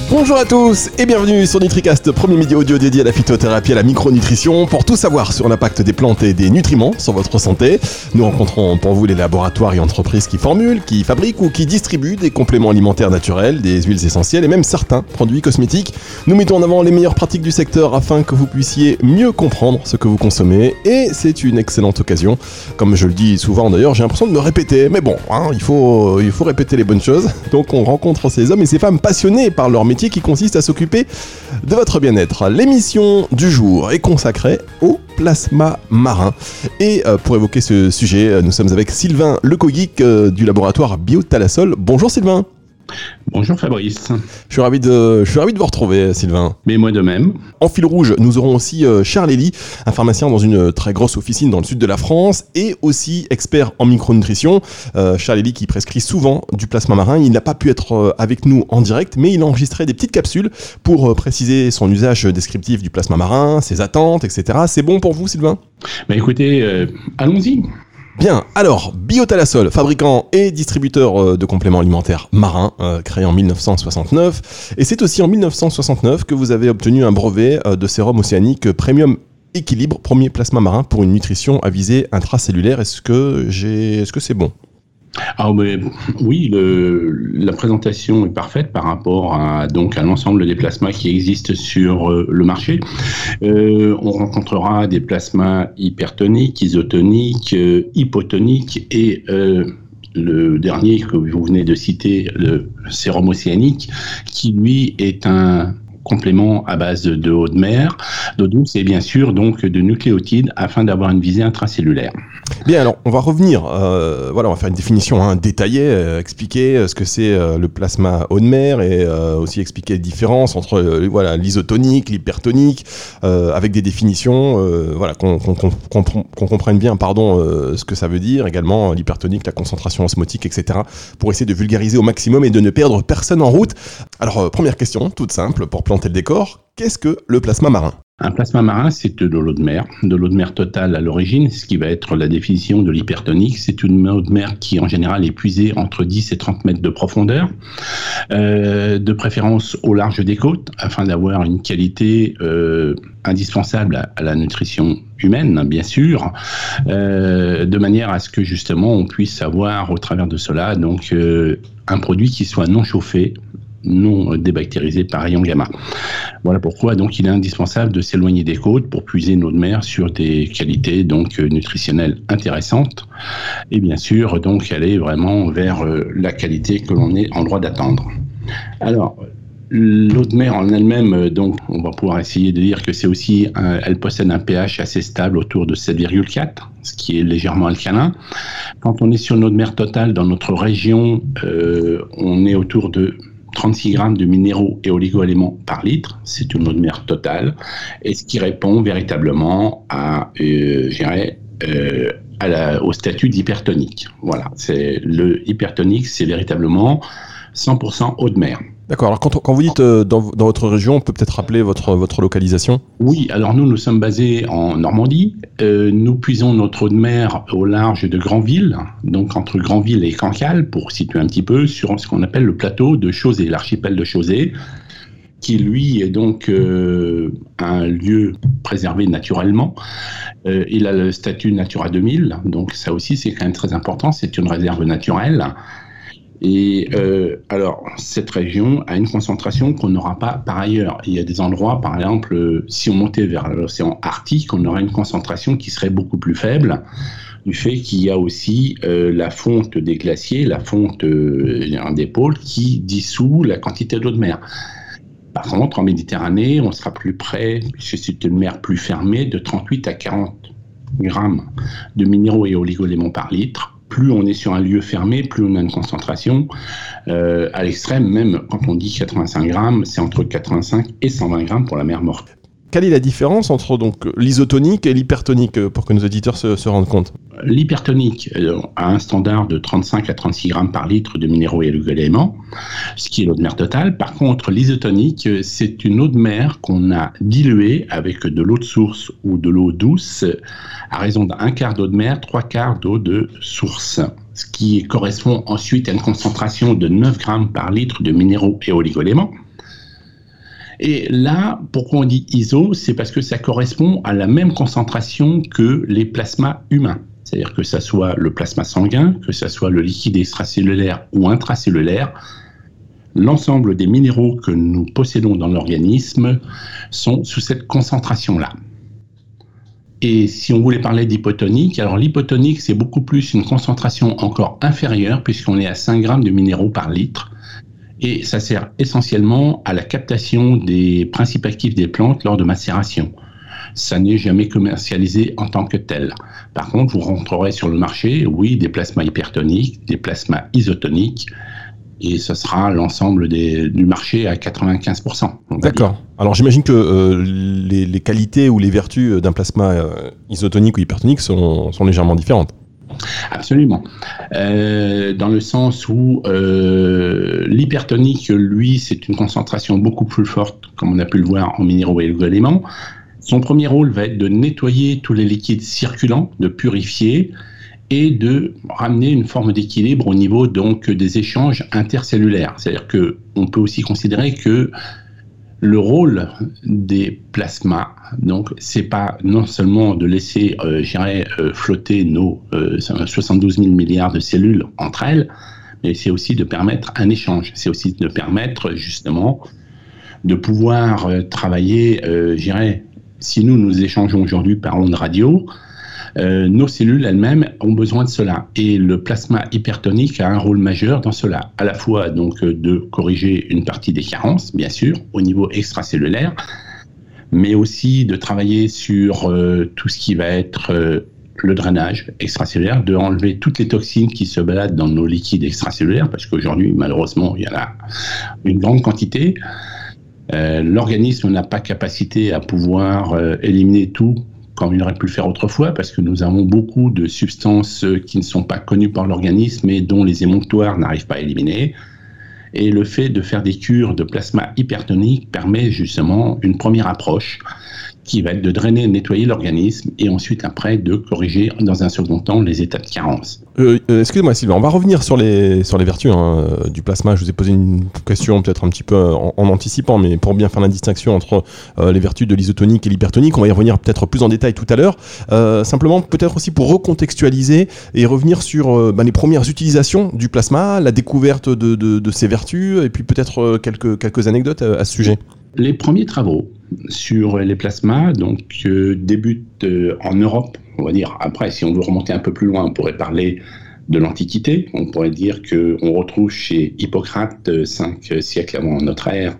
Bonjour à tous et bienvenue sur NutriCast, premier média audio dédié à la phytothérapie et à la micronutrition pour tout savoir sur l'impact des plantes et des nutriments sur votre santé. Nous rencontrons pour vous les laboratoires et entreprises qui formulent, qui fabriquent ou qui distribuent des compléments alimentaires naturels, des huiles essentielles et même certains produits cosmétiques. Nous mettons en avant les meilleures pratiques du secteur afin que vous puissiez mieux comprendre ce que vous consommez et c'est une excellente occasion. Comme je le dis souvent d'ailleurs, j'ai l'impression de me répéter, mais bon, il faut répéter les bonnes choses. Donc on rencontre ces hommes et ces femmes passionnés par leur métier qui consiste à s'occuper de votre bien-être. L'émission du jour est consacrée au plasma marin. Et pour évoquer ce sujet, nous sommes avec Sylvain Lecogeek du laboratoire Biotalasol. Bonjour Sylvain. Bonjour Fabrice. Je suis ravi de vous retrouver Sylvain. Mais moi de même. En fil rouge, nous aurons aussi Charles Elie, un pharmacien dans une très grosse officine dans le sud de la France et aussi expert en micronutrition. Charles Elie qui prescrit souvent du plasma marin. Il n'a pas pu être avec nous en direct, mais il a enregistré des petites capsules pour préciser son usage descriptif du plasma marin, ses attentes, etc. C'est bon pour vous Sylvain ? Écoutez, allons-y. Bien, alors, Biotalasol, fabricant et distributeur de compléments alimentaires marins, créé en 1969. Et c'est aussi en 1969 que vous avez obtenu un brevet de sérum océanique Premium Équilibre, premier plasma marin pour une nutrition à visée intracellulaire. Est-ce que c'est bon ? Oui, la présentation est parfaite par rapport à l'ensemble des plasmas qui existent sur le marché. On rencontrera des plasmas hypertoniques, isotoniques, hypotoniques et le dernier que vous venez de citer, le sérum océanique, qui lui est un complément à base d'eau de mer, d'eau douce et bien sûr donc de nucléotides afin d'avoir une visée intracellulaire. Bien, alors on va revenir, on va faire une définition détaillée, expliquer ce que c'est le plasma eau de mer et aussi expliquer les différences entre l'isotonique, l'hypertonique, avec des définitions, qu'on comprenne bien ce que ça veut dire, également l'hypertonique, la concentration osmotique, etc. pour essayer de vulgariser au maximum et de ne perdre personne en route. Alors première question, toute simple, pour planter le décor, qu'est-ce que le plasma marin ? Un plasma marin, c'est de l'eau de mer totale à l'origine, ce qui va être la définition de l'hypertonique. C'est une eau de mer qui, en général, est puisée entre 10 et 30 mètres de profondeur, de préférence au large des côtes, afin d'avoir une qualité indispensable à la nutrition humaine, bien sûr, de manière à ce que, justement, on puisse avoir, au travers de cela, un produit qui soit non chauffé, non débactérisé par rayon gamma. Voilà pourquoi il est indispensable de s'éloigner des côtes pour puiser une eau de mer sur des qualités nutritionnelles intéressantes et bien sûr aller vraiment vers la qualité que l'on est en droit d'attendre. Alors l'eau de mer en elle-même, on va pouvoir essayer de dire que c'est aussi, elle possède un pH assez stable autour de 7,4, ce qui est légèrement alcalin. Quand on est sur une eau de mer totale dans notre région, on est autour de 36 grammes de minéraux et oligo-éléments par litre, c'est une eau de mer totale, et ce qui répond véritablement au statut d'hypertonique. Voilà, le hypertonique, c'est véritablement 100% eau de mer. D'accord, alors quand vous dites dans votre région, on peut peut-être rappeler votre localisation ? Oui, alors nous sommes basés en Normandie. Nous puisons notre eau de mer au large de Granville, donc entre Granville et Cancale, pour situer un petit peu sur ce qu'on appelle le plateau de Chausey, l'archipel de Chausey, qui lui est un lieu préservé naturellement. Il a le statut Natura 2000, donc ça aussi c'est quand même très important, c'est une réserve naturelle. Et alors, cette région a une concentration qu'on n'aura pas par ailleurs. Il y a des endroits, par exemple, si on montait vers l'océan Arctique, on aurait une concentration qui serait beaucoup plus faible, du fait qu'il y a aussi la fonte des glaciers, la fonte des pôles qui dissout la quantité d'eau de mer. Par contre, en Méditerranée, on sera plus près, puisque c'est une mer plus fermée, de 38 à 40 grammes de minéraux et oligo-éléments par litre. Plus on est sur un lieu fermé, plus on a une concentration à l'extrême, même quand on dit 85 grammes, c'est entre 85 et 120 grammes pour la mer morte. Quelle est la différence entre l'isotonique et l'hypertonique pour que nos auditeurs se rendent compte ? L'hypertonique a un standard de 35 à 36 grammes par litre de minéraux et oligo-éléments, ce qui est l'eau de mer totale. Par contre, l'isotonique, c'est une eau de mer qu'on a diluée avec de l'eau de source ou de l'eau douce à raison d'un quart d'eau de mer, 3/4 d'eau de source, ce qui correspond ensuite à une concentration de 9 grammes par litre de minéraux et oligo-éléments. Et là, pourquoi on dit ISO? C'est parce que ça correspond à la même concentration que les plasmas humains. C'est-à-dire que ça soit le plasma sanguin, que ça soit le liquide extracellulaire ou intracellulaire, l'ensemble des minéraux que nous possédons dans l'organisme sont sous cette concentration-là. Et si on voulait parler d'hypotonique, alors l'hypotonique, c'est beaucoup plus une concentration encore inférieure, puisqu'on est à 5 grammes de minéraux par litre. Et ça sert essentiellement à la captation des principes actifs des plantes lors de macération. Ça n'est jamais commercialisé en tant que tel. Par contre, vous rentrerez sur le marché, oui, des plasmas hypertoniques, des plasmas isotoniques, et ce sera l'ensemble du marché à 95%. D'accord. Alors j'imagine que les qualités ou les vertus d'un plasma isotonique ou hypertonique sont légèrement différentes. Absolument. Dans le sens où l'hypertonique, lui, c'est une concentration beaucoup plus forte, comme on a pu le voir en minéraux et éléments. Son premier rôle va être de nettoyer tous les liquides circulants, de purifier et de ramener une forme d'équilibre au niveau donc des échanges intercellulaires. C'est-à-dire qu'on peut aussi considérer que le rôle des plasmas, donc, c'est pas non seulement de laisser, flotter nos 72 000 milliards de cellules entre elles, mais c'est aussi de permettre un échange. C'est aussi de permettre justement de pouvoir travailler, si nous échangeons aujourd'hui, parlons de radio, nos cellules elles-mêmes ont besoin de cela. Et le plasma hypertonique a un rôle majeur dans cela, à la fois donc de corriger une partie des carences, bien sûr, au niveau extracellulaire, mais aussi de travailler sur tout ce qui va être le drainage extracellulaire, de enlever toutes les toxines qui se baladent dans nos liquides extracellulaires, parce qu'aujourd'hui, malheureusement, il y en a une grande quantité. L'organisme n'a pas capacité à pouvoir éliminer tout comme il aurait pu le faire autrefois, parce que nous avons beaucoup de substances qui ne sont pas connues par l'organisme et dont les émonctoires n'arrivent pas à éliminer. Et le fait de faire des cures de plasma hypertonique permet justement une première approche qui va être de drainer, nettoyer l'organisme et ensuite après de corriger dans un second temps les états de carence. Excusez-moi Sylvain, on va revenir sur les vertus du plasma. Je vous ai posé une question peut-être un petit peu en anticipant, mais pour bien faire la distinction entre les vertus de l'isotonique et l'hypertonique, on va y revenir peut-être plus en détail tout à l'heure. Simplement peut-être aussi pour recontextualiser et revenir sur les premières utilisations du plasma, la découverte de ses vertus et puis peut-être quelques anecdotes à ce sujet. Les premiers travaux sur les plasmas débutent en Europe, on va dire. Après, si on veut remonter un peu plus loin, on pourrait parler de l'Antiquité. On pourrait dire qu'on retrouve chez Hippocrate, 5 siècles avant notre ère,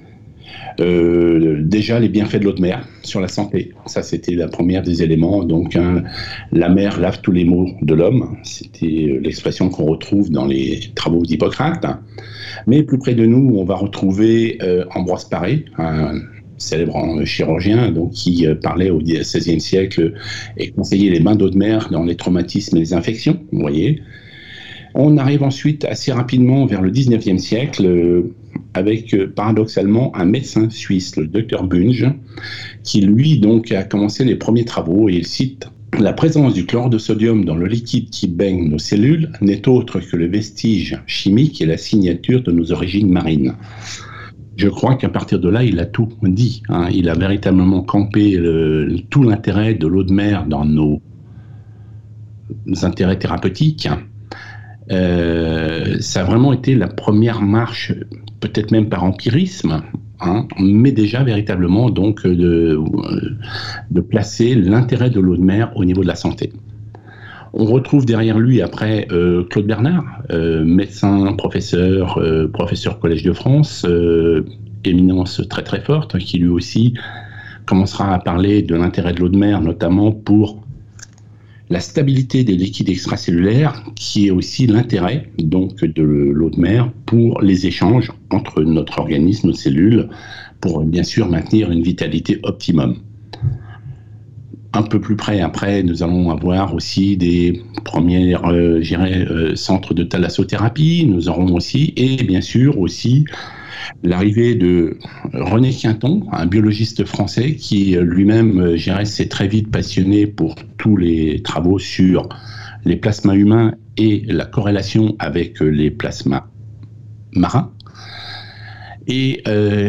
déjà les bienfaits de l'eau de mer sur la santé. Ça, c'était la première des éléments. Donc, la mer lave tous les maux de l'homme. C'était l'expression qu'on retrouve dans les travaux d'Hippocrate. Mais plus près de nous, on va retrouver Ambroise Paré, un célèbre chirurgien qui parlait au XVIe siècle et conseillait les bains d'eau de mer dans les traumatismes et les infections, vous voyez. On arrive ensuite assez rapidement vers le XIXe siècle avec paradoxalement un médecin suisse, le docteur Bunge, qui lui a commencé les premiers travaux et il cite: la présence du chlore de sodium dans le liquide qui baigne nos cellules n'est autre que le vestige chimique et la signature de nos origines marines. Je crois qu'à partir de là, il a tout dit. Il a véritablement campé tout l'intérêt de l'eau de mer dans nos intérêts thérapeutiques. Ça a vraiment été la première marche, peut-être même par empirisme, mais déjà véritablement de placer l'intérêt de l'eau de mer au niveau de la santé. On retrouve derrière lui après Claude Bernard, médecin, professeur Collège de France, éminence très très forte, qui lui aussi commencera à parler de l'intérêt de l'eau de mer, notamment pour la stabilité des liquides extracellulaires, qui est aussi l'intérêt de l'eau de mer pour les échanges entre notre organisme, nos cellules, pour bien sûr maintenir une vitalité optimum. Un peu plus près après, nous allons avoir aussi des premiers centres de thalassothérapie. Nous aurons aussi, et bien sûr aussi, l'arrivée de René Quinton, un biologiste français qui lui-même s'est très vite passionné pour tous les travaux sur les plasmas humains et la corrélation avec les plasmas marins. Et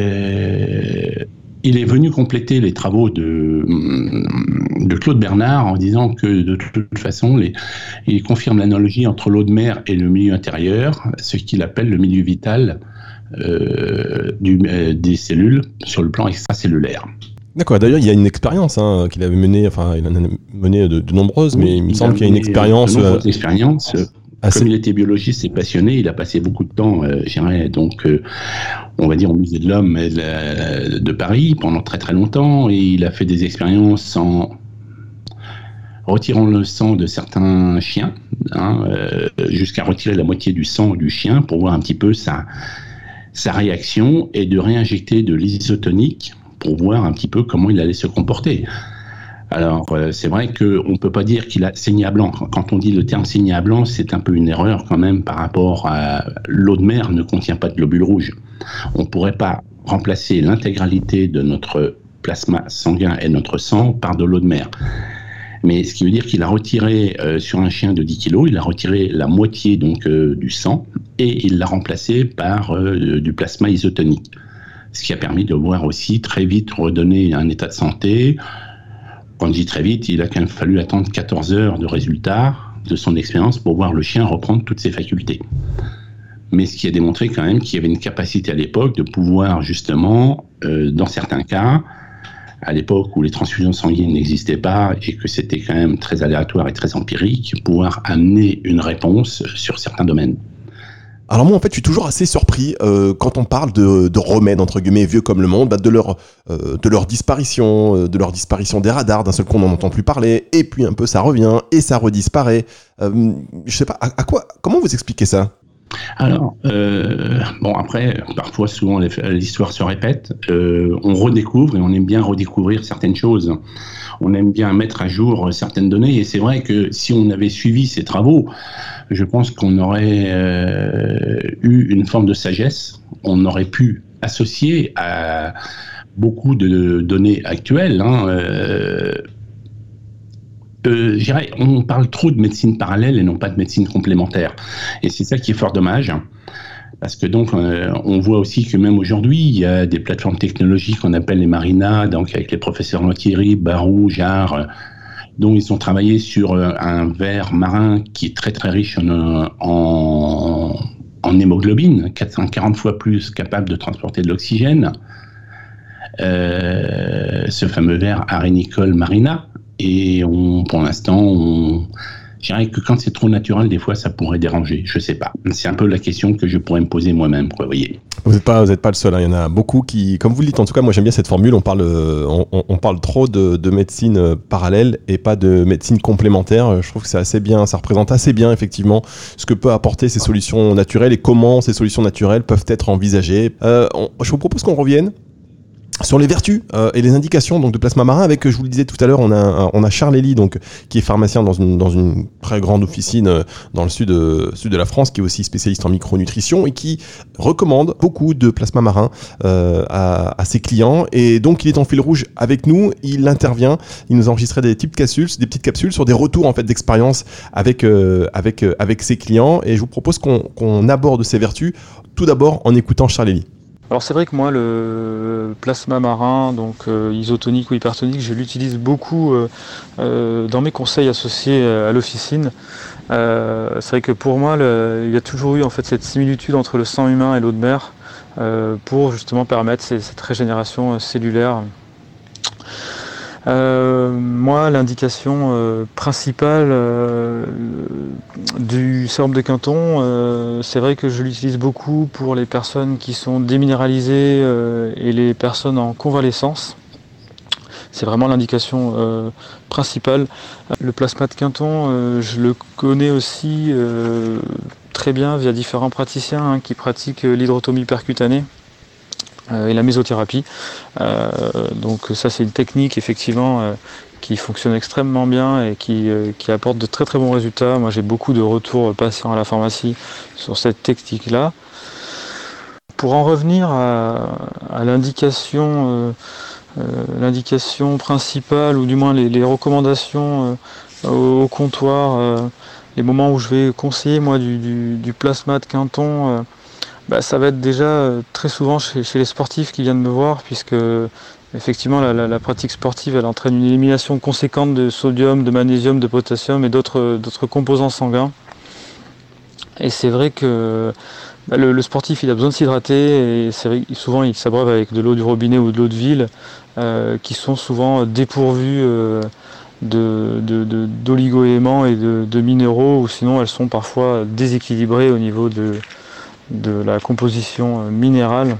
il est venu compléter les travaux de Claude Bernard en disant que de toute façon, il confirme l'analogie entre l'eau de mer et le milieu intérieur, ce qu'il appelle le milieu vital des cellules sur le plan extracellulaire. D'accord, d'ailleurs il y a une expérience qu'il avait menée, enfin il en a mené de nombreuses, mais il me semble qu'il y a une expérience... De nombreuses expériences. Comme il était biologiste et passionné, il a passé beaucoup de temps, on va dire au musée de l'homme de Paris pendant très très longtemps, et il a fait des expériences en retirant le sang de certains chiens, jusqu'à retirer la moitié du sang du chien pour voir un petit peu sa réaction, et de réinjecter de l'isotonique pour voir un petit peu comment il allait se comporter. Alors, c'est vrai qu'on ne peut pas dire qu'il a saigné à blanc. Quand on dit le terme saigné à blanc, c'est un peu une erreur quand même par rapport à l'eau de mer ne contient pas de globules rouges. On ne pourrait pas remplacer l'intégralité de notre plasma sanguin et notre sang par de l'eau de mer. Mais ce qui veut dire qu'il a retiré sur un chien de 10 kg, il a retiré la moitié donc du sang et il l'a remplacé par du plasma isotonique. Ce qui a permis de voir aussi très vite redonner un état de santé. Quand je dis très vite, il a quand même fallu attendre 14 heures de résultats de son expérience pour voir le chien reprendre toutes ses facultés. Mais ce qui a démontré quand même qu'il y avait une capacité à l'époque de pouvoir justement, dans certains cas, à l'époque où les transfusions sanguines n'existaient pas et que c'était quand même très aléatoire et très empirique, pouvoir amener une réponse sur certains domaines. Alors moi en fait je suis toujours assez surpris quand on parle de remèdes entre guillemets vieux comme le monde, de leur disparition des radars, d'un seul coup on n'en entend plus parler, et puis un peu ça revient et ça redisparaît. Je sais pas comment vous expliquez ça? Alors, après, parfois, souvent, l'histoire se répète. On redécouvre, et on aime bien redécouvrir certaines choses. On aime bien mettre à jour certaines données, et c'est vrai que si on avait suivi ces travaux, je pense qu'on aurait eu une forme de sagesse. On aurait pu associer à beaucoup de données actuelles, je dirais, on parle trop de médecine parallèle et non pas de médecine complémentaire. Et c'est ça qui est fort dommage. Parce que donc, on voit aussi que même aujourd'hui, il y a des plateformes technologiques qu'on appelle les Marina, donc avec les professeurs Thierry, Barou, Jarre, dont ils ont travaillé sur un ver marin qui est très très riche en hémoglobine, 440 fois plus capable de transporter de l'oxygène. Ce fameux ver Arénicole Marina. Et pour l'instant, je dirais que quand c'est trop naturel, des fois, ça pourrait déranger. Je sais pas. C'est un peu la question que je pourrais me poser moi-même, vous voyez. Vous n'êtes pas le seul. Il y en a beaucoup qui, comme vous le dites, en tout cas, moi j'aime bien cette formule. On parle trop de médecine parallèle et pas de médecine complémentaire. Je trouve que c'est assez bien. Ça représente assez bien, effectivement, ce que peut apporter ces solutions naturelles et comment ces solutions naturelles peuvent être envisagées. Je vous propose qu'on revienne sur les vertus et les indications donc de plasma marin avec, je vous le disais tout à l'heure, on a Charles Elie donc qui est pharmacien dans une très grande officine dans le sud de la France, qui est aussi spécialiste en micronutrition et qui recommande beaucoup de plasma marin à ses clients, et donc il est en fil rouge avec nous, il intervient, il nous a enregistré des petites capsules sur des retours en fait d'expérience avec ses clients, et je vous propose qu'on aborde ces vertus tout d'abord en écoutant Charles Elie. Alors c'est vrai que moi le plasma marin, donc isotonique ou hypertonique, je l'utilise beaucoup dans mes conseils associés à l'officine. C'est vrai que pour moi il y a toujours eu en fait cette similitude entre le sang humain et l'eau de mer pour justement permettre cette régénération cellulaire. Moi, l'indication principale du sérum de Quinton, c'est vrai que je l'utilise beaucoup pour les personnes qui sont déminéralisées et les personnes en convalescence. C'est vraiment l'indication principale. Le plasma de Quinton, je le connais aussi très bien via différents praticiens qui pratiquent l'hydrotomie percutanée et la mésothérapie. Donc ça, c'est une technique effectivement qui fonctionne extrêmement bien et qui apporte de très très bons résultats. Moi, j'ai beaucoup de retours patients à la pharmacie sur cette technique-là. Pour en revenir à l'indication principale, ou du moins les recommandations au comptoir, les moments où je vais conseiller moi du plasma de Quinton Ça va être déjà très souvent chez les sportifs qui viennent me voir, puisque effectivement la pratique sportive elle entraîne une élimination conséquente de sodium, de magnésium, de potassium et d'autres composants sanguins. Et c'est vrai que le sportif il a besoin de s'hydrater, et c'est vrai que souvent il s'abreuve avec de l'eau du robinet ou de l'eau de ville, qui sont souvent dépourvues d'oligo-éléments et de minéraux, ou sinon elles sont parfois déséquilibrées au niveau de la composition minérale.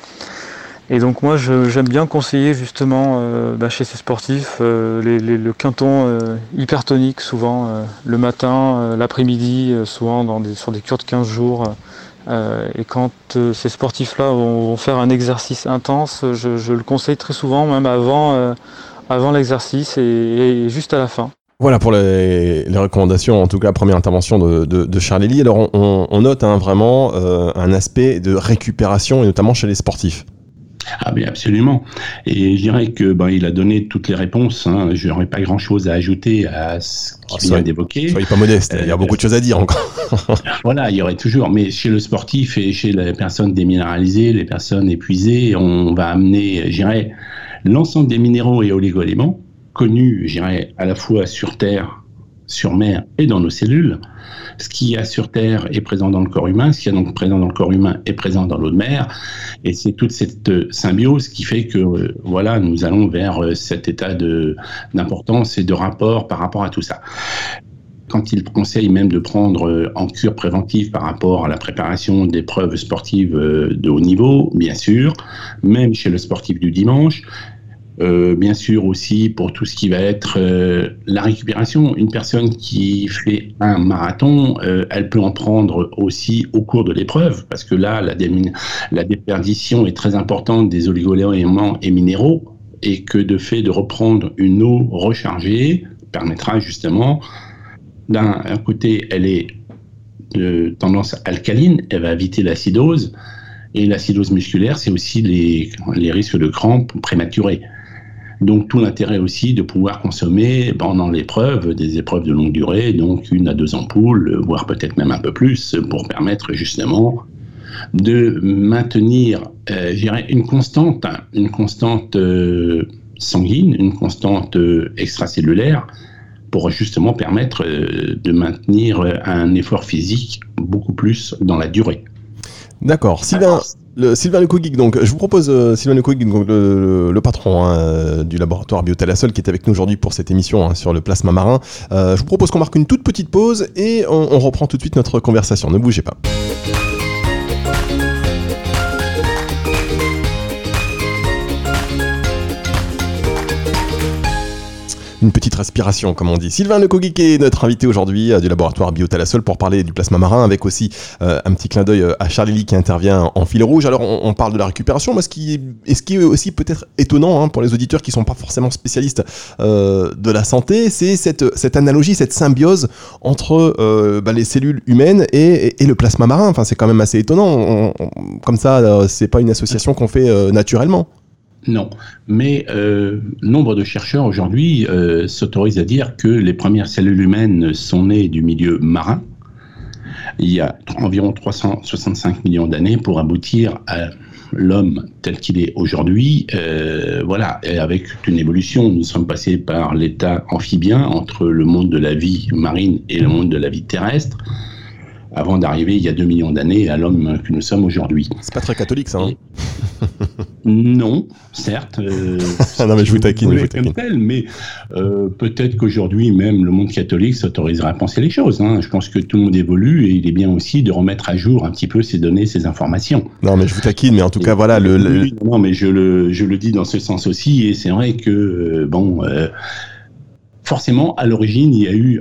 Et donc moi j'aime bien conseiller justement chez ces sportifs le quinton hypertonique souvent le matin, l'après-midi, souvent sur des cures de 15 jours. Et quand ces sportifs-là vont faire un exercice intense, je le conseille très souvent, même avant l'exercice et juste à la fin. Voilà pour les recommandations, en tout cas première intervention de Charles-Élie. Alors on note vraiment un aspect de récupération, et notamment chez les sportifs. Ah mais absolument. Et je dirais que il a donné toutes les réponses. Je n'aurais pas grand-chose à ajouter à ce qu'il vient d'évoquer. Soyez pas modeste, il y a beaucoup de choses à dire encore. Voilà, il y aurait toujours. Mais chez le sportif et chez les personnes déminéralisées, les personnes épuisées, on va amener, je dirais, l'ensemble des minéraux et oligo-éléments connus, je dirais, à la fois sur Terre, sur mer et dans nos cellules. Ce qu'il y a sur Terre est présent dans le corps humain, ce qu'il y a donc présent dans le corps humain est présent dans l'eau de mer, et c'est toute cette symbiose qui fait que nous allons vers cet état d'importance et de rapport par rapport à tout ça. Quand il conseille même de prendre en cure préventive par rapport à la préparation d'épreuves sportives de haut niveau, bien sûr, même chez le sportif du dimanche, bien sûr aussi pour tout ce qui va être la récupération. Une personne qui fait un marathon, elle peut en prendre aussi au cours de l'épreuve, parce que là, la déperdition est très importante des oligo-éléments et minéraux, et que de fait de reprendre une eau rechargée permettra justement, d'un côté, elle est de tendance alcaline, elle va éviter l'acidose, et l'acidose musculaire, c'est aussi les risques de crampes prématurées. Donc tout l'intérêt aussi de pouvoir consommer pendant l'épreuve des épreuves de longue durée, donc 1 à 2 ampoules, voire peut-être même un peu plus, pour permettre justement de maintenir, je dirais, une constante sanguine, une constante extracellulaire, pour justement permettre de maintenir un effort physique beaucoup plus dans la durée. D'accord. Sylvain Lecoq, donc je vous propose Sylvain Lecoq, donc le patron du laboratoire Biotalasol, qui est avec nous aujourd'hui pour cette émission sur le plasma marin. Je vous propose qu'on marque une toute petite pause et on reprend tout de suite notre conversation. Ne bougez pas. Une petite respiration, comme on dit. Sylvain Lecoq est notre invité aujourd'hui du laboratoire Biotalasol pour parler du plasma marin, avec aussi un petit clin d'œil à Charles-Élie qui intervient en fil rouge. Alors on parle de la récupération, mais ce qui est aussi peut-être étonnant pour les auditeurs qui ne sont pas forcément spécialistes de la santé, c'est cette analogie, cette symbiose entre les cellules humaines et le plasma marin. Enfin, c'est quand même assez étonnant. Comme ça, c'est pas une association qu'on fait naturellement. Non, mais nombre de chercheurs aujourd'hui s'autorisent à dire que les premières cellules humaines sont nées du milieu marin il y a environ 365 millions d'années pour aboutir à l'homme tel qu'il est aujourd'hui. Et avec une évolution, nous sommes passés par l'état amphibien entre le monde de la vie marine et le monde de la vie terrestre, avant d'arriver il y a 2 millions d'années à l'homme que nous sommes aujourd'hui. C'est pas très catholique ça, hein. Non, certes. Non mais je vous taquine. Mais peut-être qu'aujourd'hui même le monde catholique s'autoriserait à penser les choses. Je pense que tout le monde évolue et il est bien aussi de remettre à jour un petit peu ces données, ces informations. Non mais je vous taquine, mais en tout cas voilà Non mais je le dis dans ce sens aussi, et c'est vrai que forcément, à l'origine, il y a eu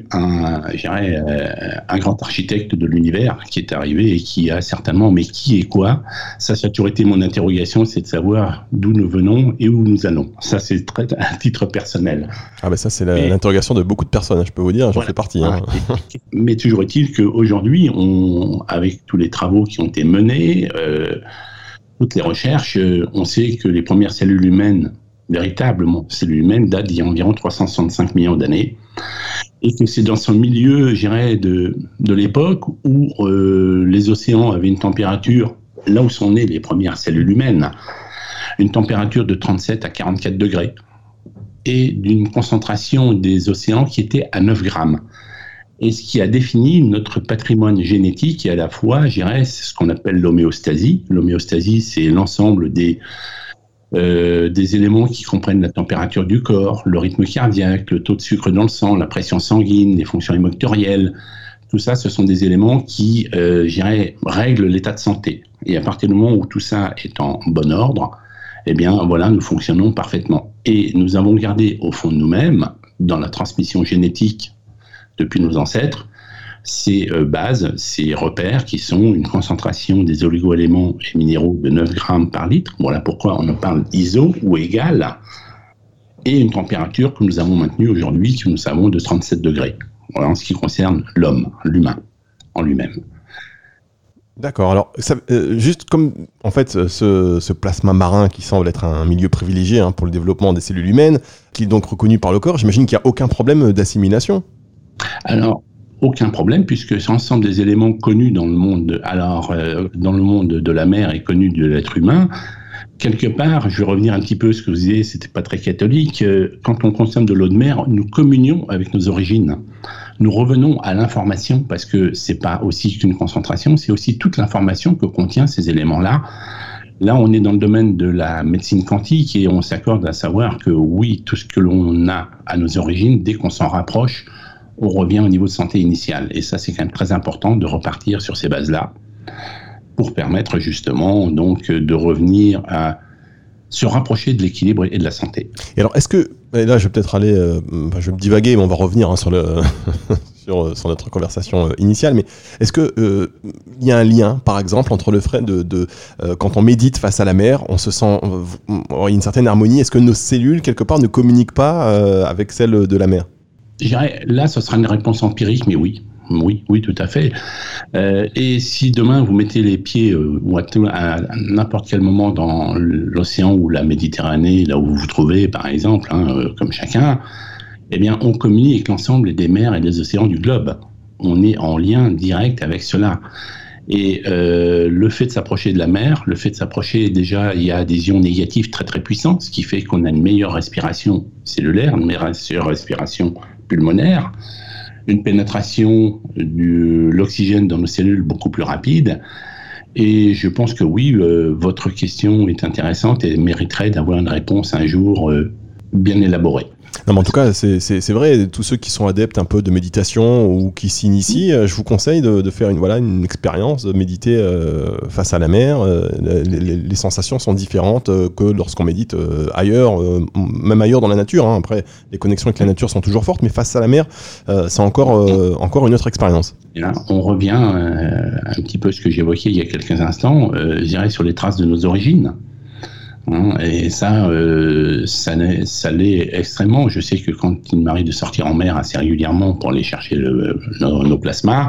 un grand architecte de l'univers qui est arrivé et qui a certainement, mais qui est quoi ? Ça a toujours été mon interrogation, c'est de savoir d'où nous venons et où nous allons. Ça, c'est très à titre personnel. Ah ben ça, c'est l'interrogation de beaucoup de personnes, je peux vous dire, j'en fais partie. Mais toujours est-il qu'aujourd'hui, avec tous les travaux qui ont été menés, toutes les recherches, on sait que les premières cellules humaines, véritablement, cellules humaines, datent d'il y a environ 365 millions d'années, et que c'est dans ce milieu, je dirais, de l'époque où les océans avaient une température là où sont nées les premières cellules humaines, une température de 37 à 44 degrés et d'une concentration des océans qui était à 9 grammes. Et ce qui a défini notre patrimoine génétique et à la fois, je dirais, c'est ce qu'on appelle l'homéostasie. L'homéostasie, c'est l'ensemble des éléments qui comprennent la température du corps, le rythme cardiaque, le taux de sucre dans le sang, la pression sanguine, les fonctions émotorielles. Tout ça, ce sont des éléments qui, je dirais, règlent l'état de santé. Et à partir du moment où tout ça est en bon ordre, eh bien, voilà, nous fonctionnons parfaitement. Et nous avons gardé au fond de nous-mêmes, dans la transmission génétique depuis nos ancêtres, ces bases, ces repères qui sont une concentration des oligo-éléments et minéraux de 9 grammes par litre. Voilà pourquoi on en parle ISO ou égal, et une température que nous avons maintenue aujourd'hui, que nous savons de 37 degrés. Voilà en ce qui concerne l'homme, l'humain, en lui-même. D'accord. Alors, juste comme en fait ce plasma marin qui semble être un milieu privilégié pour le développement des cellules humaines, qui est donc reconnu par le corps, j'imagine qu'il n'y a aucun problème d'assimilation. Alors, aucun problème, puisque l'ensemble des éléments connus dans le monde, dans le monde de la mer et connus de l'être humain, quelque part, je vais revenir un petit peu à ce que vous disiez, c'était pas très catholique, quand on consomme de l'eau de mer, nous communions avec nos origines. Nous revenons à l'information, parce que c'est pas aussi qu'une concentration, c'est aussi toute l'information que contient ces éléments-là. Là, on est dans le domaine de la médecine quantique et on s'accorde à savoir que oui, tout ce que l'on a à nos origines, dès qu'on s'en rapproche, on revient au niveau de santé initial. Et ça, c'est quand même très important de repartir sur ces bases-là pour permettre justement donc de revenir à se rapprocher de l'équilibre et de la santé. Et alors, est-ce que, et là je vais peut-être aller, je vais me divaguer, mais on va revenir sur sur notre conversation initiale, mais est-ce que il y a un lien, par exemple, entre le fait de quand on médite face à la mer, on se sent, il y a une certaine harmonie. Est-ce que nos cellules, quelque part, ne communiquent pas avec celles de la mer ? Je dirais, là, ce sera une réponse empirique, mais oui. Oui, tout à fait. Et si demain vous mettez les pieds ou à n'importe quel moment dans l'océan ou la Méditerranée, là où vous vous trouvez, par exemple, comme chacun, eh bien, on communique avec l'ensemble des mers et des océans du globe. On est en lien direct avec cela. Et le fait de s'approcher de la mer, le fait de s'approcher, déjà, il y a des ions négatifs très très puissants, ce qui fait qu'on a une meilleure respiration cellulaire, une meilleure respiration pulmonaire, une pénétration de l'oxygène dans nos cellules beaucoup plus rapide. Et je pense que oui, votre question est intéressante et mériterait d'avoir une réponse un jour bien élaborée. Non, mais en tout cas, c'est vrai, tous ceux qui sont adeptes un peu de méditation ou qui s'initient, je vous conseille de faire une expérience, de méditer face à la mer. Les sensations sont différentes que lorsqu'on médite ailleurs, même ailleurs dans la nature. Après, les connexions avec la nature sont toujours fortes, mais face à la mer, c'est encore une autre expérience. Et là, on revient un petit peu à ce que j'évoquais il y a quelques instants, je dirais sur les traces de nos origines. Et ça l'est extrêmement. Je sais que quand il m'arrive de sortir en mer assez régulièrement pour aller chercher nos plasmas,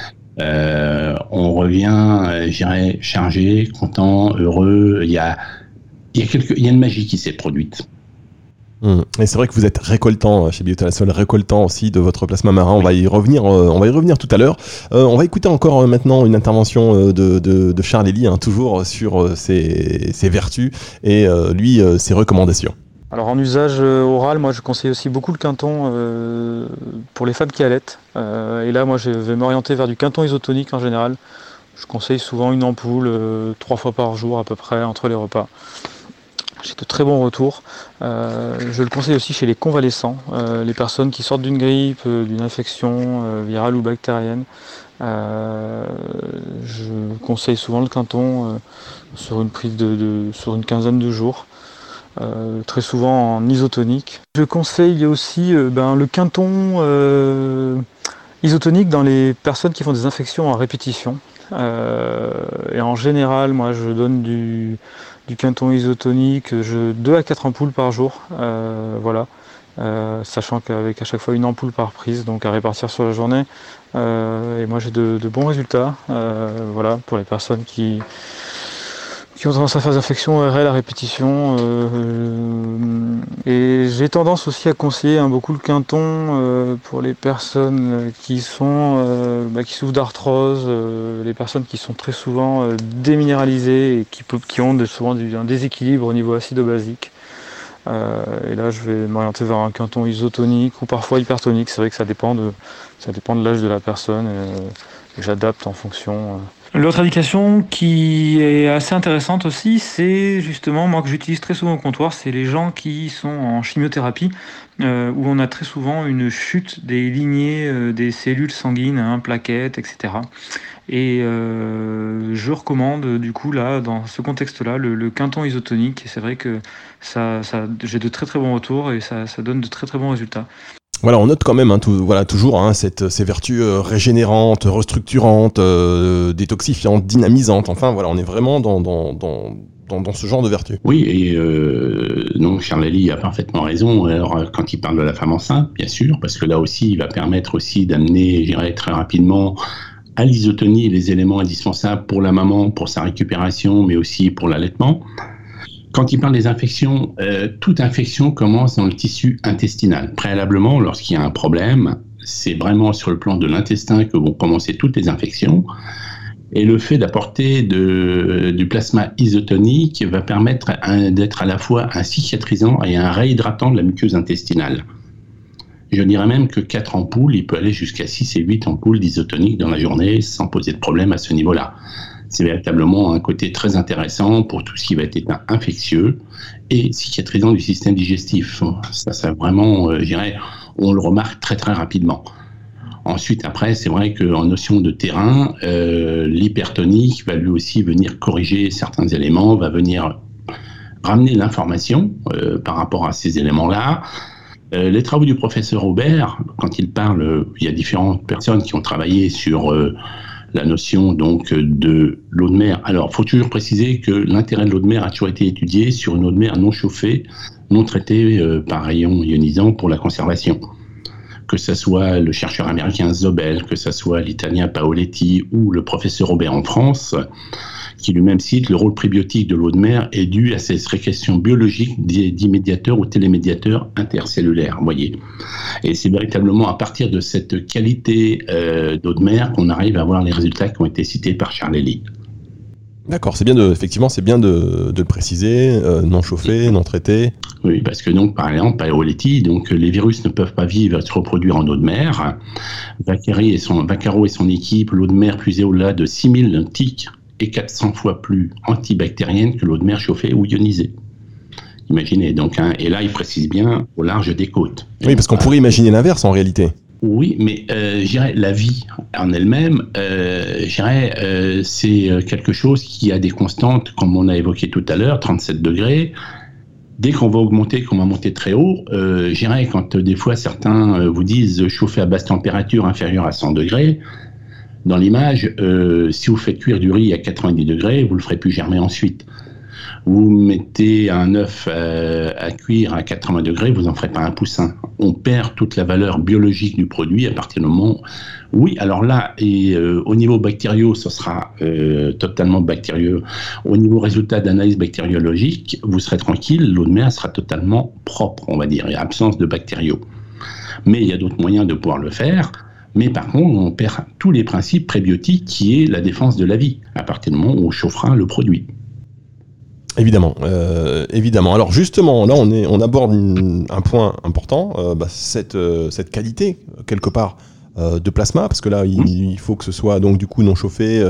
on revient, je dirais, chargé, content, heureux. Il y a une magie qui s'est produite. Et c'est vrai que vous êtes récoltant chez Biotalasol, récoltant aussi de votre plasma marin. On va y revenir tout à l'heure. On va écouter encore maintenant une intervention de Charles Elie, toujours sur ses vertus et ses recommandations. Alors en usage oral, moi je conseille aussi beaucoup le Quinton pour les femmes qui allaitent. Et là, moi je vais m'orienter vers du Quinton isotonique en général. Je conseille souvent une ampoule 3 fois par jour à peu près entre les repas. J'ai de très bons retours. Je le conseille aussi chez les convalescents, les personnes qui sortent d'une grippe, d'une infection virale ou bactérienne. Je conseille souvent le Quinton sur une prise sur une quinzaine de jours, très souvent en isotonique. Je conseille aussi le Quinton isotonique dans les personnes qui font des infections en répétition. Et en général, moi je donne du Quinton isotonique, 2 à 4 ampoules par jour, sachant qu'avec à chaque fois une ampoule par prise, donc à répartir sur la journée. Et moi j'ai de bons résultats, pour les personnes qui qui ont tendance à faire des infections ORL à répétition. Et j'ai tendance aussi à conseiller beaucoup le Quinton pour les personnes qui souffrent d'arthrose, les personnes qui sont très souvent déminéralisées et qui ont souvent un déséquilibre au niveau acido-basique. Et là, je vais m'orienter vers un Quinton isotonique ou parfois hypertonique. C'est vrai que ça dépend de l'âge de la personne et j'adapte en fonction. L'autre indication qui est assez intéressante aussi, c'est justement, moi que j'utilise très souvent au comptoir, c'est les gens qui sont en chimiothérapie, où on a très souvent une chute des lignées des cellules sanguines, plaquettes, etc. Et je recommande du coup là, dans ce contexte-là, le Quinton isotonique. Et c'est vrai que j'ai de très très bons retours et ça donne de très très bons résultats. Voilà, on note quand même toujours ces vertus régénérantes, restructurantes, détoxifiantes, dynamisantes. Enfin voilà, on est vraiment dans ce genre de vertus. Oui, et donc Charles Lely a parfaitement raison. Alors quand il parle de la femme enceinte, bien sûr, parce que là aussi, il va permettre aussi d'amener, je dirais, très rapidement à l'isotonie les éléments indispensables pour la maman, pour sa récupération, mais aussi pour l'allaitement. Quand il parle des infections, toute infection commence dans le tissu intestinal. Préalablement, lorsqu'il y a un problème, c'est vraiment sur le plan de l'intestin que vont commencer toutes les infections. Et le fait d'apporter du plasma isotonique va permettre d'être à la fois un cicatrisant et un réhydratant de la muqueuse intestinale. Je dirais même que 4 ampoules, il peut aller jusqu'à 6 et 8 ampoules d'isotonique dans la journée sans poser de problème à ce niveau-là. C'est véritablement un côté très intéressant pour tout ce qui va être état infectieux et cicatrisant du système digestif. Ça vraiment, je dirais, on le remarque très très rapidement. Ensuite, après, c'est vrai qu'en notion de terrain, l'hypertonique va lui aussi venir corriger certains éléments, va venir ramener l'information par rapport à ces éléments-là. Les travaux du professeur Aubert, quand il parle, il y a différentes personnes qui ont travaillé sur la notion donc de l'eau de mer. Alors, il faut toujours préciser que l'intérêt de l'eau de mer a toujours été étudié sur une eau de mer non chauffée, non traitée par rayons ionisants pour la conservation. Que ce soit le chercheur américain Zobel, que ce soit l'italien Paoletti ou le professeur Aubert en France, qui lui-même cite le rôle prébiotique de l'eau de mer est dû à cette sécrétion biologique dits médiateurs ou télémédiateurs intercellulaires, voyez. Et c'est véritablement à partir de cette qualité d'eau de mer qu'on arrive à avoir les résultats qui ont été cités par Charles Lely. D'accord, effectivement, c'est bien de le préciser, non chauffé, non traité. Oui, parce que donc, par exemple, Paoletti, donc les virus ne peuvent pas vivre et se reproduire en eau de mer. Vaccaro et son équipe, l'eau de mer puisée au-delà de 6000 tiques et 400 fois plus antibactérienne que l'eau de mer chauffée ou ionisée. Imaginez donc, et là il précise bien au large des côtes. Oui, parce qu'on pourrait imaginer l'inverse en réalité. Oui, mais je dirais la vie en elle-même, c'est quelque chose qui a des constantes, comme on a évoqué tout à l'heure, 37 degrés. Dès qu'on va augmenter, qu'on va monter très haut, je dirais quand des fois certains vous disent chauffer à basse température inférieure à 100 degrés, dans l'image, si vous faites cuire du riz à 90 degrés, vous ne le ferez plus germer ensuite. Vous mettez un œuf à cuire à 80 degrés, vous n'en ferez pas un poussin. On perd toute la valeur biologique du produit à partir du moment... Oui, alors là, au niveau bactériaux, ce sera totalement bactérieux. Au niveau résultat d'analyse bactériologique, vous serez tranquille, l'eau de mer sera totalement propre, on va dire, et absence de bactériaux. Mais il y a d'autres moyens de pouvoir le faire. Mais par contre, on perd tous les principes prébiotiques qui est la défense de la vie, à partir du moment où on chauffera le produit. Évidemment. Alors justement, là on aborde un point important, cette qualité, quelque part, de plasma, parce que là il faut que ce soit donc du coup non chauffé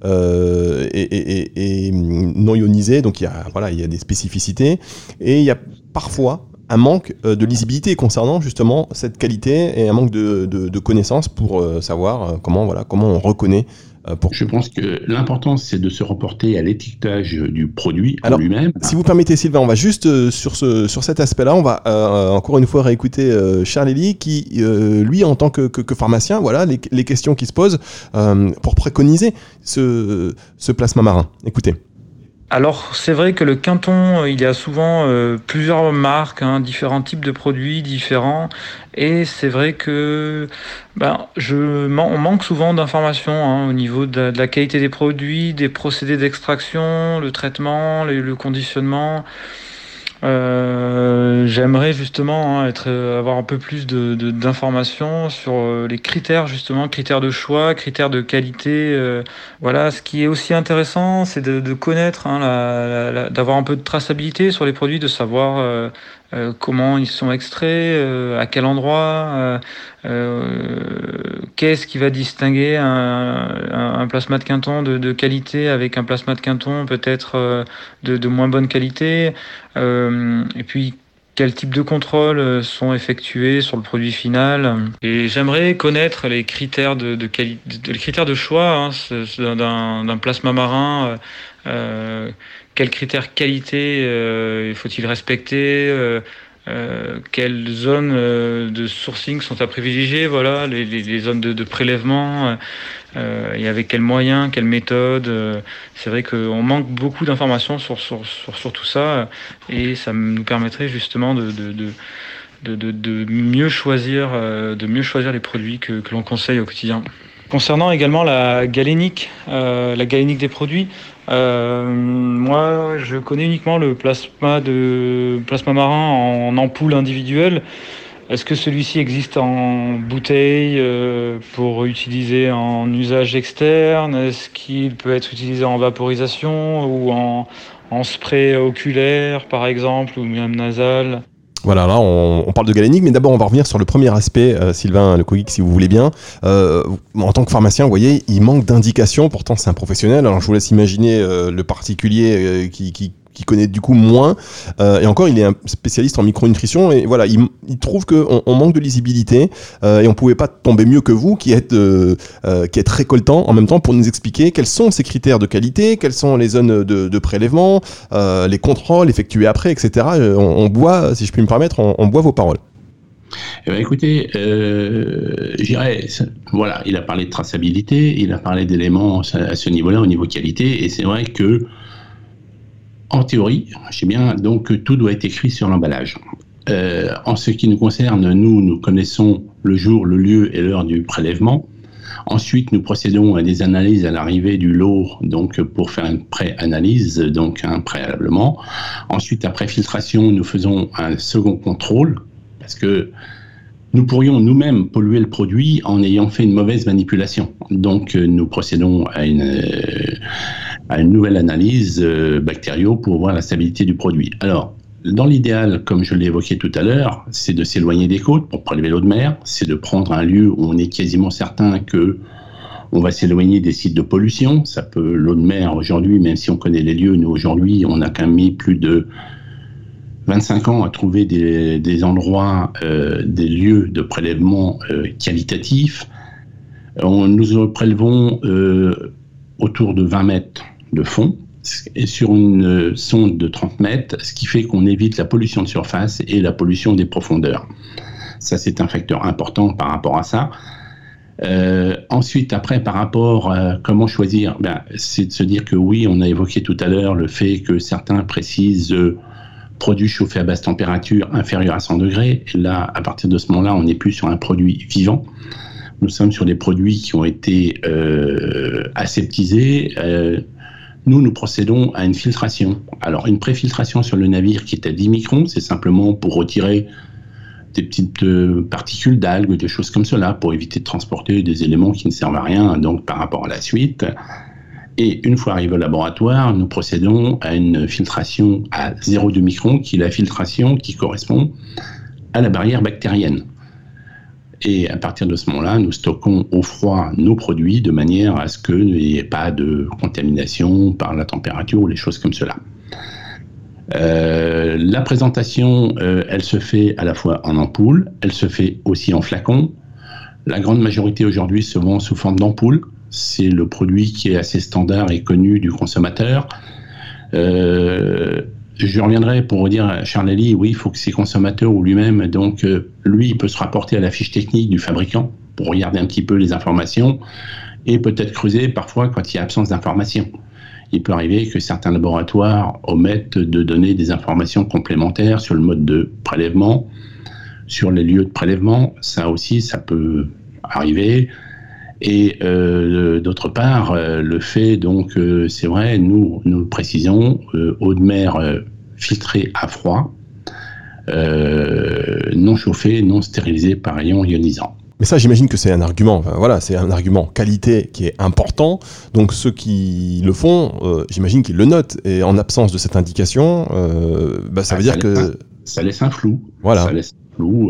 et non ionisé, donc il y a des spécificités, et il y a parfois un manque de lisibilité concernant justement cette qualité et un manque de connaissances pour savoir comment on reconnaît. Je pense que l'important c'est de se reporter à l'étiquetage du produit en lui-même. Si vous permettez Sylvain, on va juste sur cet aspect-là, on va encore une fois réécouter Charles Lely qui, lui en tant que pharmacien, voilà les questions qui se posent pour préconiser ce plasma marin. Écoutez. Alors c'est vrai que le Quinton, il y a souvent plusieurs marques, différents types de produits différents, et c'est vrai que on manque souvent d'informations au niveau de la qualité des produits, des procédés d'extraction, le traitement, le conditionnement. J'aimerais justement avoir un peu plus d'informations sur les critères, justement, critères de choix, critères de qualité. Voilà, ce qui est aussi intéressant, c'est de connaître, d'avoir un peu de traçabilité sur les produits, de savoir comment ils sont extraits, à quel endroit, qu'est-ce qui va distinguer un plasma de Quinton de qualité avec un plasma de Quinton peut-être de moins bonne qualité. Et puis quel type de contrôles sont effectués sur le produit final. Et j'aimerais connaître les critères de critères de choix d'un plasma marin. Quels critères qualité faut-il respecter, quelles zones de sourcing sont à privilégier, voilà, les zones de prélèvement, et avec quels moyens, quelles méthodes. C'est vrai qu'on manque beaucoup d'informations sur tout ça, et ça nous permettrait justement de mieux choisir les produits que l'on conseille au quotidien. Concernant également la galénique des produits, moi je connais uniquement le plasma marin en ampoule individuelle. Est-ce que celui-ci existe en bouteille pour utiliser en usage externe? Est-ce qu'il peut être utilisé en vaporisation ou en spray oculaire par exemple, ou même nasal? Voilà, là on parle de galénique, mais d'abord on va revenir sur le premier aspect, Sylvain Lecoq, si vous voulez bien. En tant que pharmacien, vous voyez, il manque d'indications, pourtant c'est un professionnel, alors je vous laisse imaginer le particulier qui connaît du coup moins, et encore il est un spécialiste en micronutrition, et voilà, il trouve qu'on manque de lisibilité, et on pouvait pas tomber mieux que vous qui êtes récoltant en même temps pour nous expliquer quels sont ces critères de qualité, quelles sont les zones de prélèvement, les contrôles effectués après, etc. On boit, si je puis me permettre, on boit vos paroles. Eh bien, écoutez, j'irais, voilà, il a parlé de traçabilité, il a parlé d'éléments à ce niveau-là, au niveau qualité, et c'est vrai que en théorie, je sais bien, donc tout doit être écrit sur l'emballage. En ce qui nous concerne, nous connaissons le jour, le lieu et l'heure du prélèvement. Ensuite, nous procédons à des analyses à l'arrivée du lot, donc pour faire une pré-analyse, donc préalablement. Ensuite, après filtration, nous faisons un second contrôle, parce que nous pourrions nous-mêmes polluer le produit en ayant fait une mauvaise manipulation. Donc, nous procédons à une nouvelle analyse bactériaux pour voir la stabilité du produit. Alors, dans l'idéal, comme je l'ai évoqué tout à l'heure, c'est de s'éloigner des côtes pour prélever l'eau de mer, c'est de prendre un lieu où on est quasiment certain que on va s'éloigner des sites de pollution. Ça peut, l'eau de mer aujourd'hui, même si on connaît les lieux, nous aujourd'hui, on a quand même mis plus de 25 ans à trouver des endroits, des lieux de prélèvement qualitatifs. Nous prélevons autour de 20 mètres de fond et sur une sonde de 30 mètres, ce qui fait qu'on évite la pollution de surface et la pollution des profondeurs. Ça, c'est un facteur important par rapport à ça. Ensuite, après, par rapport à comment choisir, c'est de se dire que oui, on a évoqué tout à l'heure le fait que certains précisent produit chauffé à basse température inférieur à 100 degrés. Et là, à partir de ce moment-là, on n'est plus sur un produit vivant. Nous sommes sur des produits qui ont été aseptisés. Nous procédons à une filtration. Alors, une préfiltration sur le navire qui est à 10 microns, c'est simplement pour retirer des petites particules d'algues, des choses comme cela, pour éviter de transporter des éléments qui ne servent à rien, donc par rapport à la suite. Et une fois arrivé au laboratoire, nous procédons à une filtration à 0,2 microns, qui est la filtration qui correspond à la barrière bactérienne. Et à partir de ce moment-là, nous stockons au froid nos produits de manière à ce qu'il n'y ait pas de contamination par la température ou les choses comme cela. La présentation, elle se fait à la fois en ampoule, elle se fait aussi en flacon. La grande majorité aujourd'hui se vend sous forme d'ampoule. C'est le produit qui est assez standard et connu du consommateur. Je reviendrai pour vous dire, Charles Lely, oui, il faut que ses consommateurs ou lui-même, donc lui, il peut se rapporter à la fiche technique du fabricant pour regarder un petit peu les informations et peut-être creuser parfois quand il y a absence d'informations. Il peut arriver que certains laboratoires omettent de donner des informations complémentaires sur le mode de prélèvement, sur les lieux de prélèvement. Ça aussi, ça peut arriver. Et d'autre part, le fait, donc, c'est vrai, nous le précisons, eau de mer filtrée à froid, non chauffée, non stérilisée par rayons ionisants. Mais ça, j'imagine que c'est un argument, c'est un argument qualité qui est important. Donc ceux qui le font, j'imagine qu'ils le notent. Et en absence de cette indication, ça veut dire que... Ça laisse un flou. Voilà. Ça laisse un flou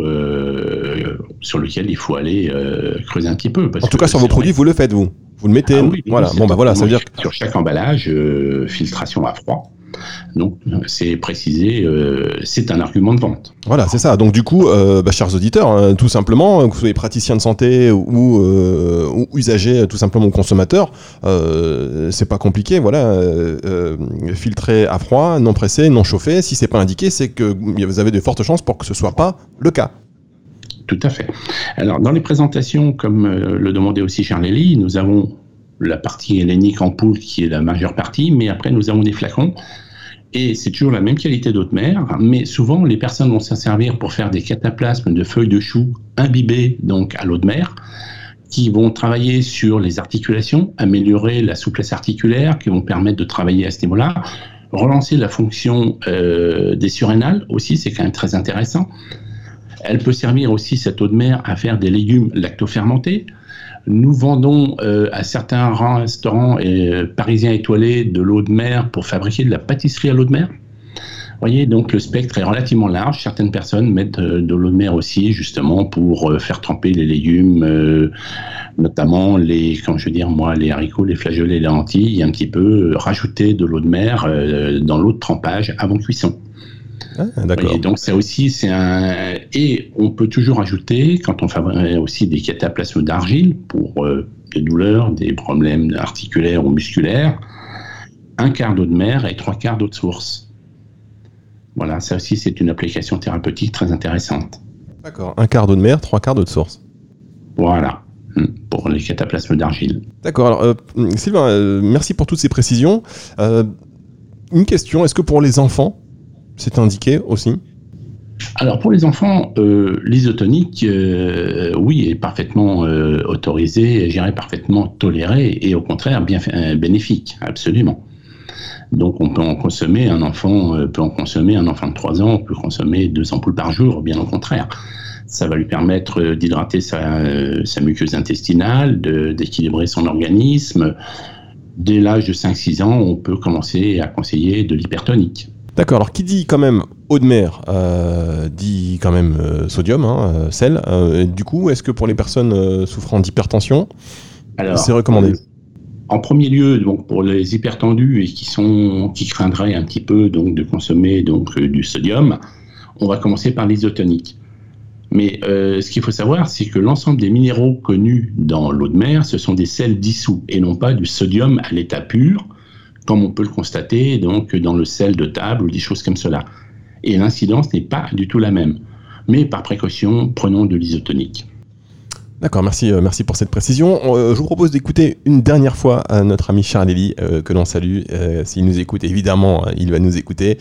sur lequel il faut aller creuser un petit peu. En tout cas, sur vos produits, vous le faites, vous le mettez. Oui, voilà. Ça veut dire que... Sur chaque emballage, filtration à froid. Donc, c'est précisé, c'est un argument de vente. Voilà, c'est ça. Donc, du coup, chers auditeurs, tout simplement, que vous soyez praticien de santé ou usager, tout simplement, ou consommateur, c'est pas compliqué. Voilà, filtré à froid, non pressé, non chauffé. Si c'est pas indiqué, c'est que vous avez de fortes chances pour que ce soit pas le cas. Tout à fait. Alors, dans les présentations, comme le demandait aussi Charlélie, nous avons la partie hélénique en poule qui est la majeure partie, mais après, nous avons des flacons. Et c'est toujours la même qualité d'eau de mer, mais souvent les personnes vont s'en servir pour faire des cataplasmes de feuilles de chou imbibées donc à l'eau de mer, qui vont travailler sur les articulations, améliorer la souplesse articulaire, qui vont permettre de travailler à ce niveau-là, relancer la fonction des surrénales aussi, c'est quand même très intéressant. Elle peut servir aussi, cette eau de mer, à faire des légumes lactofermentés. Nous vendons à certains restaurants parisiens étoilés de l'eau de mer pour fabriquer de la pâtisserie à l'eau de mer. Vous voyez, donc le spectre est relativement large. Certaines personnes mettent de l'eau de mer aussi, justement, pour faire tremper les légumes, notamment les haricots, les flageolets, les lentilles, et un petit peu rajouter de l'eau de mer dans l'eau de trempage avant cuisson. Ah, d'accord. Et donc ça aussi et on peut toujours ajouter, quand on fait aussi des cataplasmes d'argile pour des douleurs, des problèmes articulaires ou musculaires, 1/4 d'eau de mer et 3/4 d'eau de source. Voilà, ça aussi c'est une application thérapeutique très intéressante. D'accord, 1/4 d'eau de mer, 3/4 d'eau de source. Voilà, pour les cataplasmes d'argile. D'accord, alors Sylvain, merci pour toutes ces précisions. Une question, est-ce que pour les enfants, c'est indiqué aussi? Alors pour les enfants, l'isotonique, oui, est parfaitement autorisé, je dirais parfaitement toléré et au contraire bien bénéfique, absolument. Donc on peut en consommer, un enfant de 3 ans, peut consommer 2 ampoules par jour, bien au contraire. Ça va lui permettre d'hydrater sa muqueuse intestinale, d'équilibrer son organisme. Dès l'âge de 5-6 ans, on peut commencer à conseiller de l'hypertonique. D'accord, alors qui dit quand même eau de mer, dit quand même sodium, sel. Du coup, est-ce que pour les personnes souffrant d'hypertension, c'est recommandé? En premier lieu, donc pour les hypertendus et qui craindraient un petit peu donc de consommer donc du sodium, on va commencer par l'isotonique. Mais ce qu'il faut savoir, c'est que l'ensemble des minéraux connus dans l'eau de mer, ce sont des sels dissous et non pas du sodium à l'état pur, comme on peut le constater donc dans le sel de table ou des choses comme cela. Et l'incidence n'est pas du tout la même. Mais par précaution, prenons de l'isotonique. D'accord, merci pour cette précision. Je vous propose d'écouter une dernière fois notre ami Charlélie, que l'on salue. S'il nous écoute, évidemment, il va nous écouter,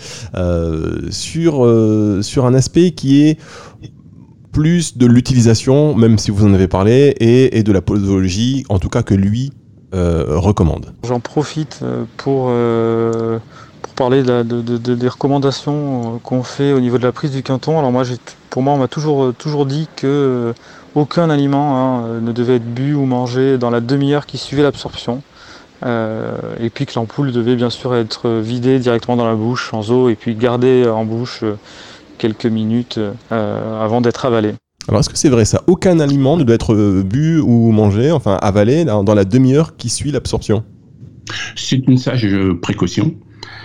sur un aspect qui est plus de l'utilisation, même si vous en avez parlé, et de la posologie, en tout cas que lui recommande. J'en profite pour parler des recommandations qu'on fait au niveau de la prise du quinton. Alors pour moi, on m'a toujours dit que aucun aliment ne devait être bu ou mangé dans la demi-heure qui suivait l'absorption. Et puis que l'ampoule devait bien sûr être vidée directement dans la bouche sans eau et puis gardée en bouche quelques minutes avant d'être avalée. Alors est-ce que c'est vrai ça? Aucun aliment ne doit être bu ou mangé, enfin avalé, dans la demi-heure qui suit l'absorption? C'est une sage précaution.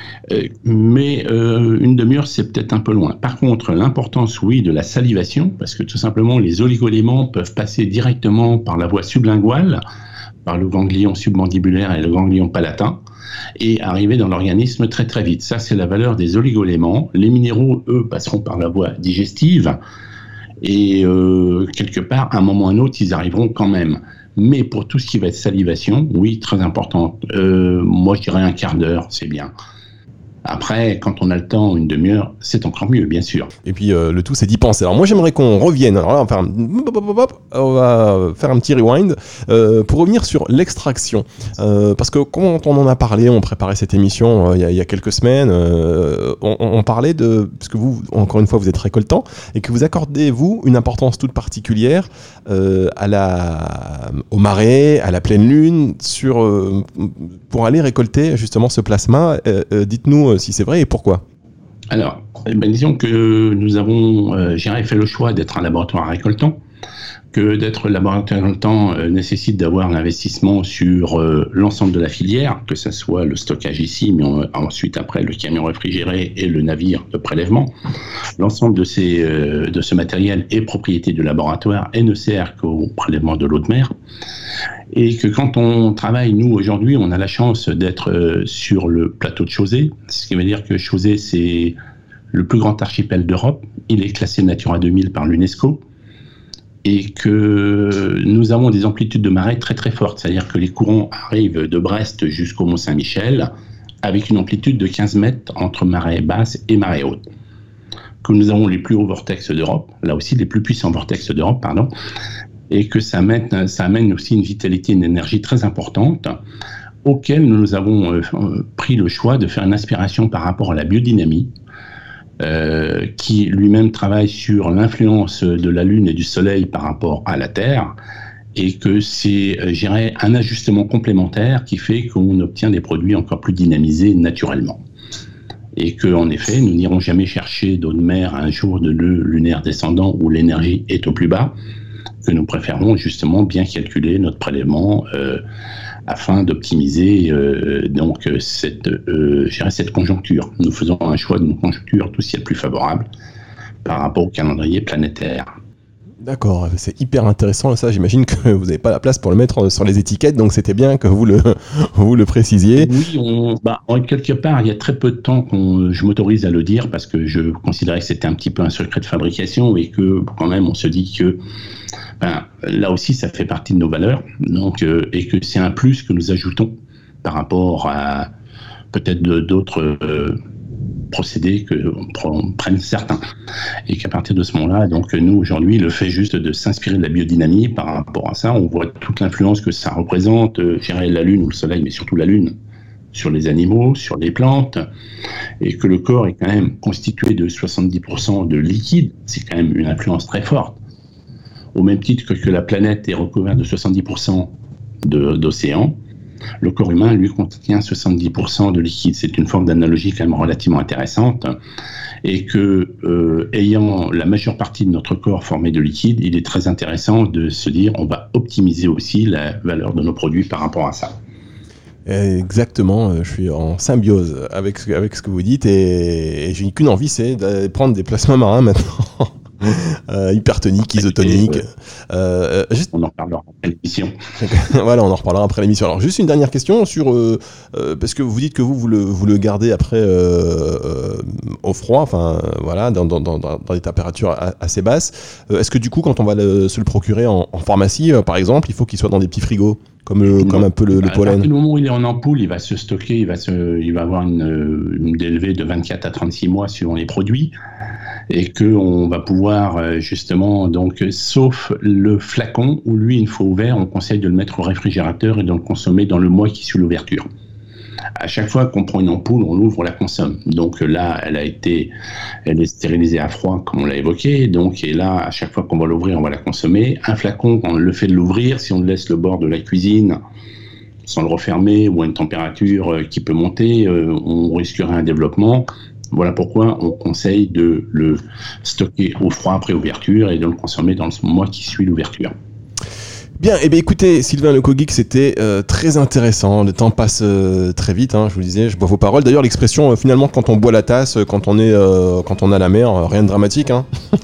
Mais une demi-heure, c'est peut-être un peu loin. Par contre, l'importance, oui, de la salivation, parce que tout simplement, les oligoéléments peuvent passer directement par la voie sublinguale, par le ganglion submandibulaire et le ganglion palatin, et arriver dans l'organisme très très vite. Ça, c'est la valeur des oligoéléments. Les minéraux, eux, passeront par la voie digestive, et quelque part, à un moment ou à un autre, ils arriveront quand même. Mais pour tout ce qui va être salivation, oui, très important. Moi, je dirais un quart d'heure, c'est bien. Après, quand on a le temps, une demi-heure, c'est encore mieux, bien sûr. Et puis, le tout, c'est d'y penser. Alors, moi, j'aimerais qu'on revienne. Alors là, on va faire un petit rewind pour revenir sur l'extraction. Parce que quand on en a parlé, on préparait cette émission il y a quelques semaines, on parlait de... Parce que vous, encore une fois, vous êtes récoltant et que vous accordez, vous, une importance toute particulière au marais, à la pleine lune, pour aller récolter justement ce plasma. Dites-nous si c'est vrai et pourquoi. Alors, disons que nous avons fait le choix d'être un laboratoire récoltant, que d'être laboratoire récoltant nécessite d'avoir l'investissement sur l'ensemble de la filière, que ce soit le stockage ici, mais ensuite après le camion réfrigéré et le navire de prélèvement. L'ensemble de ce matériel est propriété du laboratoire et ne sert qu'au prélèvement de l'eau de mer. Et que quand on travaille, nous, aujourd'hui, on a la chance d'être sur le plateau de Chausey, ce qui veut dire que Chausey, c'est le plus grand archipel d'Europe. Il est classé Natura 2000 par l'UNESCO. Et que nous avons des amplitudes de marée très très fortes. C'est-à-dire que les courants arrivent de Brest jusqu'au Mont-Saint-Michel avec une amplitude de 15 mètres entre marée basse et marée haute. Que nous avons les plus hauts vortex d'Europe, là aussi les plus puissants vortex d'Europe, pardon. Et que ça amène aussi une vitalité, une énergie très importante, auquel nous avons pris le choix de faire une inspiration par rapport à la biodynamie, qui lui-même travaille sur l'influence de la Lune et du Soleil par rapport à la Terre, et que c'est, un ajustement complémentaire qui fait qu'on obtient des produits encore plus dynamisés naturellement. Et qu'en effet, nous n'irons jamais chercher d'eau de mer un jour de lunaire descendant où l'énergie est au plus bas, que nous préférons justement bien calculer notre prélèvement afin d'optimiser cette conjoncture. Nous faisons un choix d'une conjoncture tout ce qui est plus favorable par rapport au calendrier planétaire. D'accord, c'est hyper intéressant. Ça, j'imagine que vous n'avez pas la place pour le mettre sur les étiquettes, donc c'était bien que vous le précisiez. Oui, quelque part, il y a très peu de temps que je m'autorise à le dire parce que je considérais que c'était un petit peu un secret de fabrication et que quand même on se dit que là aussi, ça fait partie de nos valeurs, donc, et que c'est un plus que nous ajoutons par rapport à peut-être d'autres procédés qu'on prenne certains. Et qu'à partir de ce moment-là, donc nous, aujourd'hui, le fait juste de s'inspirer de la biodynamie par rapport à ça, on voit toute l'influence que ça représente, la Lune ou le Soleil, mais surtout la Lune, sur les animaux, sur les plantes, et que le corps est quand même constitué de 70% de liquide, c'est quand même une influence très forte. Au même titre que la planète est recouverte de 70% d'océan, le corps humain, lui, contient 70% de liquide. C'est une forme d'analogie quand même relativement intéressante. Et que, ayant la majeure partie de notre corps formé de liquide, il est très intéressant de se dire on va optimiser aussi la valeur de nos produits par rapport à ça. Exactement, je suis en symbiose avec ce que vous dites et j'ai qu'une envie, c'est de prendre des plasmas marins maintenant. Hypertonique, isotonique. On en parlera après l'émission. Voilà, on en reparlera après l'émission. Alors, juste une dernière question sur parce que vous dites que vous le gardez après au froid, enfin voilà, dans des températures assez basses. Est-ce que du coup, quand on va se le procurer en pharmacie, par exemple, il faut qu'il soit dans des petits frigos comme un peu le pollen? Au moment où il est en ampoule, il va se stocker, il va avoir une DLV de 24 à 36 mois suivant les produits. Et qu'on va pouvoir justement, donc, sauf le flacon, où lui, une fois ouvert, on conseille de le mettre au réfrigérateur et de le consommer dans le mois qui suit l'ouverture. À chaque fois qu'on prend une ampoule, on l'ouvre, on la consomme. Donc là, elle est stérilisée à froid, comme on l'a évoqué. Donc, et là, à chaque fois qu'on va l'ouvrir, on va la consommer. Un flacon, quand on le fait de l'ouvrir, si on le laisse le bord de la cuisine, sans le refermer, ou à une température qui peut monter, on risquerait un développement. Voilà pourquoi on conseille de le stocker au froid après ouverture et de le consommer dans le mois qui suit l'ouverture. Bien, et bien écoutez, Sylvain Lecogeek, c'était très intéressant. Le temps passe très vite, je vous le disais, je bois vos paroles. D'ailleurs, l'expression, finalement, quand on boit la tasse, quand on est à la mer, rien de dramatique.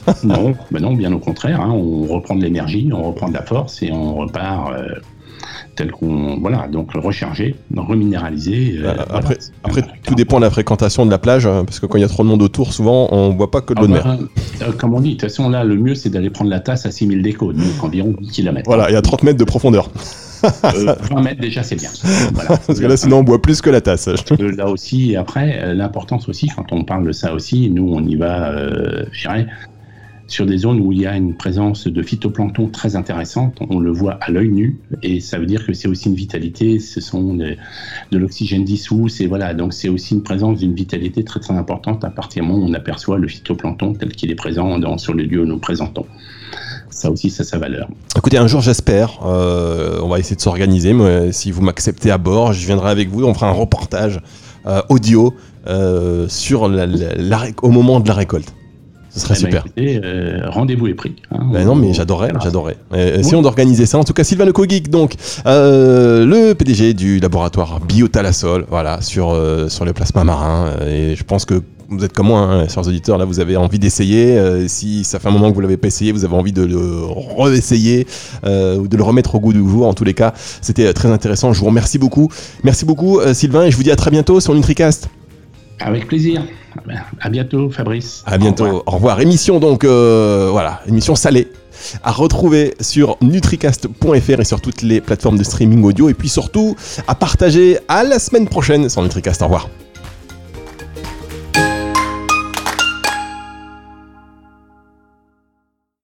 Non, bien au contraire. On reprend de l'énergie, on reprend de la force et on repart tel qu'on donc recharger, reminéraliser. Après tout dépend de la fréquentation de la plage, parce que quand il y a trop de monde autour, souvent on boit pas que de l'eau de mer. Comme on dit, de toute façon là, le mieux c'est d'aller prendre la tasse à 6000 décos, donc environ 10 km. Voilà, il y a 30 mètres de profondeur. 20 mètres déjà c'est bien. Voilà. Parce que là sinon on boit plus que la tasse. Là aussi, et après l'importance aussi, quand on parle de ça aussi, nous on y va, je dirais, sur des zones où il y a une présence de phytoplancton très intéressante, on le voit à l'œil nu, et ça veut dire que c'est aussi une vitalité, ce sont de l'oxygène dissous, donc c'est aussi une présence d'une vitalité très très importante à partir du moment où on aperçoit le phytoplancton tel qu'il est présent sur le lieu où nous présentons. Ça aussi, ça a sa valeur. Écoutez, un jour j'espère, on va essayer de s'organiser, mais si vous m'acceptez à bord, je viendrai avec vous, on fera un reportage audio sur au moment de la récolte. Ce serait super. Écoutez, rendez-vous est pris. Non, mais j'adorerais. Essayons d'organiser ça. En tout cas, Sylvain Lecoguic, donc, le PDG du laboratoire Biotalasol, voilà, sur le plasma marin. Et je pense que vous êtes comme moi, chers auditeurs, là, vous avez envie d'essayer. Si ça fait un moment que vous ne l'avez pas essayé, vous avez envie de le réessayer ou de le remettre au goût du jour. En tous les cas, c'était très intéressant. Je vous remercie beaucoup. Merci beaucoup, Sylvain, et je vous dis à très bientôt sur NutriCast. Avec plaisir. À bientôt, Fabrice. À bientôt. Au revoir. Émission donc, émission salée à retrouver sur nutricast.fr et sur toutes les plateformes de streaming audio. Et puis surtout, à partager à la semaine prochaine sur NutriCast. Au revoir.